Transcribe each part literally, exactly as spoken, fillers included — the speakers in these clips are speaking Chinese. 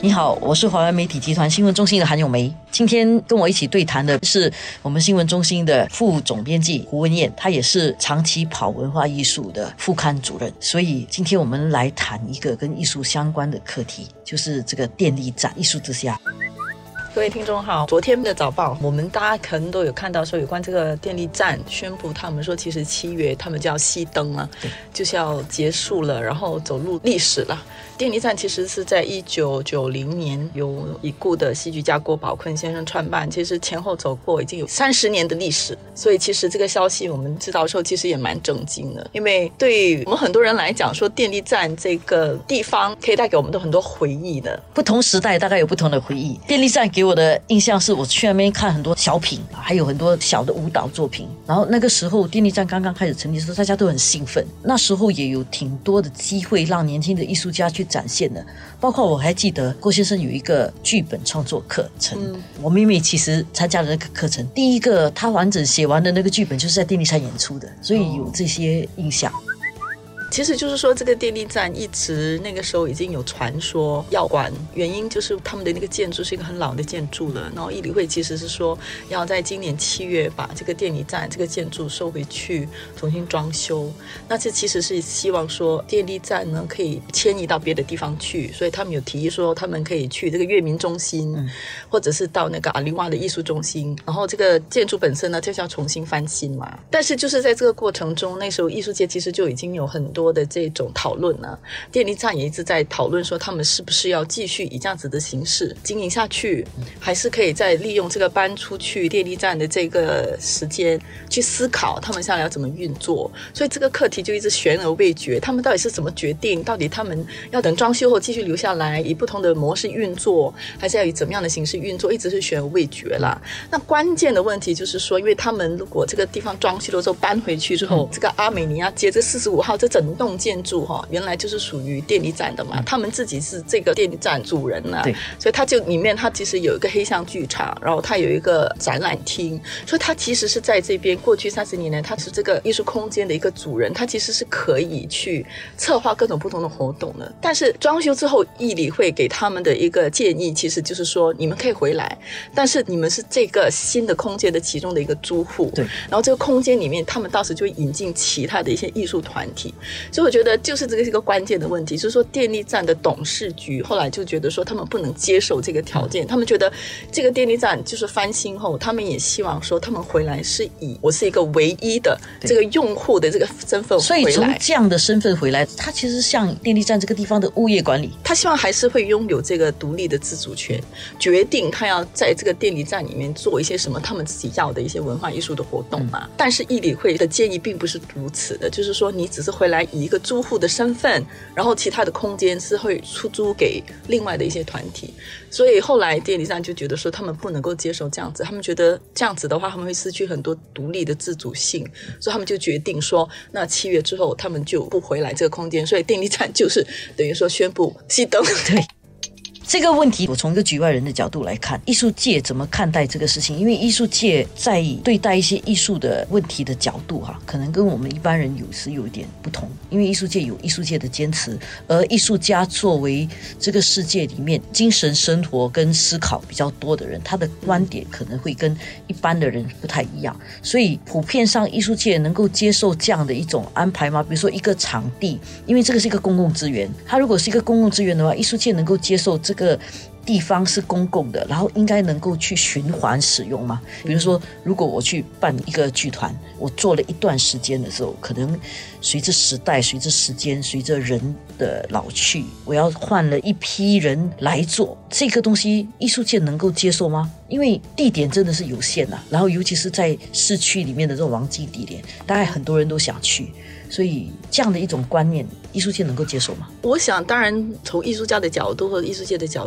你好，我是华文媒体集团新闻中心的韩咏梅。今天跟我一起对谈的是我们新闻中心的副总编辑胡文燕，她也是长期跑文化艺术的副刊主任。所以今天我们来谈一个跟艺术相关的课题，就是这个电力站艺术之下。 各位听众好，昨天的早报我们大家可能都有看到说有关这个电力站宣布，他们说其实七月他们就要熄灯了，就是要结束了，然后走入历史了。电力站其实是在一九九零年由已故的戏剧家郭宝坤先生创办，其实前后走过已经有三十年的历史，所以其实这个消息我们知道的时候其实也蛮震惊的，因为对我们很多人来讲说电力站这个地方可以带给我们的很多回忆的， 不同时代大概有不同的回忆。电力站给我的印象是我去那边看很多小品，还有很多小的舞蹈作品，然后那个时候电力站刚刚开始成立的时候大家都很兴奋，那时候也有挺多的机会让年轻的艺术家去展现的，包括我还记得郭先生有一个剧本创作课程、嗯、我妹妹其实参加了那个课程，第一个她完整写完的那个剧本就是在电力站演出的，所以有这些印象。 其实就是说这个电力站一直那个时候已经有传说要关，原因就是他们的那个建筑是一个很老的建筑了，然后艺理会其实是说要在今年七月把这个电力站这个建筑收回去重新装修，那这其实是希望说电力站呢可以迁移到别的地方去，所以他们有提议说他们可以去这个悦民中心、嗯、或者是到那个阿里瓦的艺术中心，然后这个建筑本身呢就是要重新翻新嘛。但是就是在这个过程中，那时候艺术界其实就已经有很多的这种讨论呢、啊，电力站也一直在讨论说他们是不是要继续以这样子的形式经营下去，还是可以再利用这个搬出去电力站的这个时间去思考他们将来要怎么运作。所以这个课题就一直悬而未决，他们到底是怎么决定，到底他们要等装修后继续留下来以不同的模式运作，还是要以怎么样的形式运作，一直是悬而未决啦。那关键的问题就是说，因为他们如果这个地方装修了之后搬回去之后、嗯、这个阿美尼亚街这四十五号这整栋建筑哈，原来就是属于电力站的嘛，他们自己是这个电力站主人啊，对，所以他就里面他其实有一个黑象剧场，然后他有一个展览厅，所以他其实是在这边过去三十年来他是这个艺术空间的一个主人，他其实是可以去策划各种不同的活动的。但是装修之后艺理会给他们的一个建议其实就是说你们可以回来，但是你们是这个新的空间的其中的一个租户，对，然后这个空间里面他们到时就会引进其他的一些艺术团体。所以我觉得就是这个是一个关键的问题，就是说电力站的董事局后来就觉得说他们不能接受这个条件、嗯、他们觉得这个电力站就是翻新后他们也希望说他们回来是以我是一个唯一的这个用户的这个身份回来， 所以从这样的身份回来，他其实像电力站这个地方的物业管理， 他希望还是会拥有这个独立的自主权，决定他要在这个电力站里面做一些什么他们自己要的一些文化艺术的活动嘛、嗯、但是艺理会的建议并不是如此的，就是说你只是回来以一个租户的身份，然后其他的空间是会出租给另外的一些团体。所以后来电力站就觉得说他们不能够接受这样子，他们觉得这样子的话他们会失去很多独立的自主性，所以他们就决定说那七月之后他们就不回来这个空间，所以电力站就是等于说宣布熄灯。 对，这个问题我从一个局外人的角度来看，艺术界怎么看待这个事情？因为艺术界在对待一些艺术的问题的角度哈、啊，可能跟我们一般人有时有一点不同。因为艺术界有艺术界的坚持，而艺术家作为这个世界里面精神生活跟思考比较多的人，他的观点可能会跟一般的人不太一样。所以普遍上艺术界能够接受这样的一种安排吗？比如说一个场地，因为这个是一个公共资源，它如果是一个公共资源的话，艺术界能够接受这个地方是公共的，然后应该能够去循环使用吗？比如说如果我去办一个剧团，我做了一段时间的时候，可能随着时代随着时间随着人的老去，我要换了一批人来做这个东西，艺术界能够接受吗？因为地点真的是有限啊，然后尤其是在市区里面的这种黄金地点，大概很多人都想去，所以这样的一种观念艺术界能够接受吗？ 我想当然从艺术家的角度或者艺术界的角度，但他们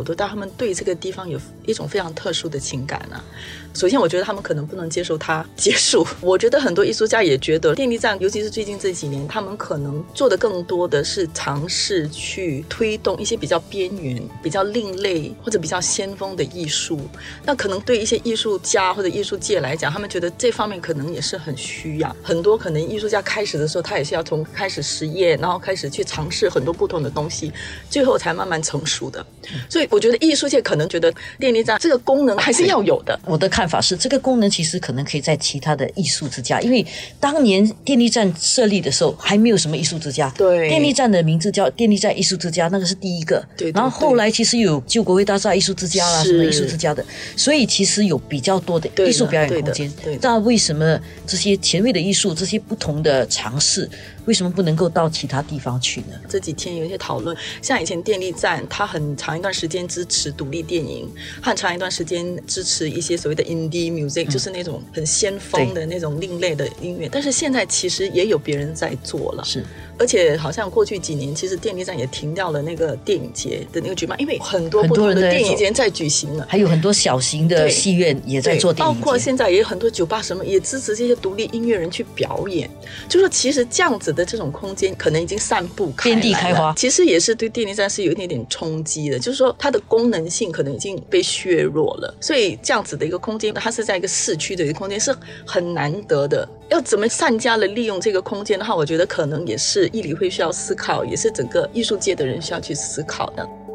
们对这个地方有一种非常特殊的情感啊。首先我觉得他们可能不能接受它结束，我觉得很多艺术家也觉得电力站尤其是最近这几年他们可能做的更多的是尝试去推动一些比较边缘比较另类或者比较先锋的艺术，那可能对一些艺术家或者艺术界来讲，他们觉得这方面可能也是很需要，很多可能艺术家开始的时候他也是要从开始实验，然后开始去尝试很多不同的东西，最后才慢慢成熟的。所以我觉得艺术界可能觉得电力站这个功能还是要有的。 我的看法是这个功能其实可能可以在其他的艺术之家，因为当年电力站设立的时候还没有什么艺术之家， 对， 电力站的名字叫电力站艺术之家，那个是第一个， 对对对， 然后后来其实有旧国会大厦艺术之家啦，什么艺术之家的，所以其实有比较多的艺术表演空间。那为什么这些前卫的艺术这些不同的尝试为什么不能够到其他地方去呢？ 这几天有一些讨论，像以前电力站它很长一段时间支持独立电影，很长一段时间支持一些所谓的 indie music、嗯、就是那种很先锋的那种另类的音乐，但是现在其实也有别人在做了， 是， 而且好像过去几年其实电力站也停掉了那个电影节的那个举办，因为很多不同的电影节在举行了， 还有很多小型的戏院也在做电影节， 包括现在也有很多酒吧什么也支持这些独立音乐人去表演，就说其实这样子的这种空间可能已经散布开来了， 遍地开花， 其实也是对电力站是有一点点冲击的，就是说它的功能性可能已经被削弱了，所以这样子的一个空间它是在一个市区的一个空间是很难得的，要怎么善加的利用这个空间的话，我觉得可能也是艺理会需要思考，也是整个艺术界的人需要去思考的。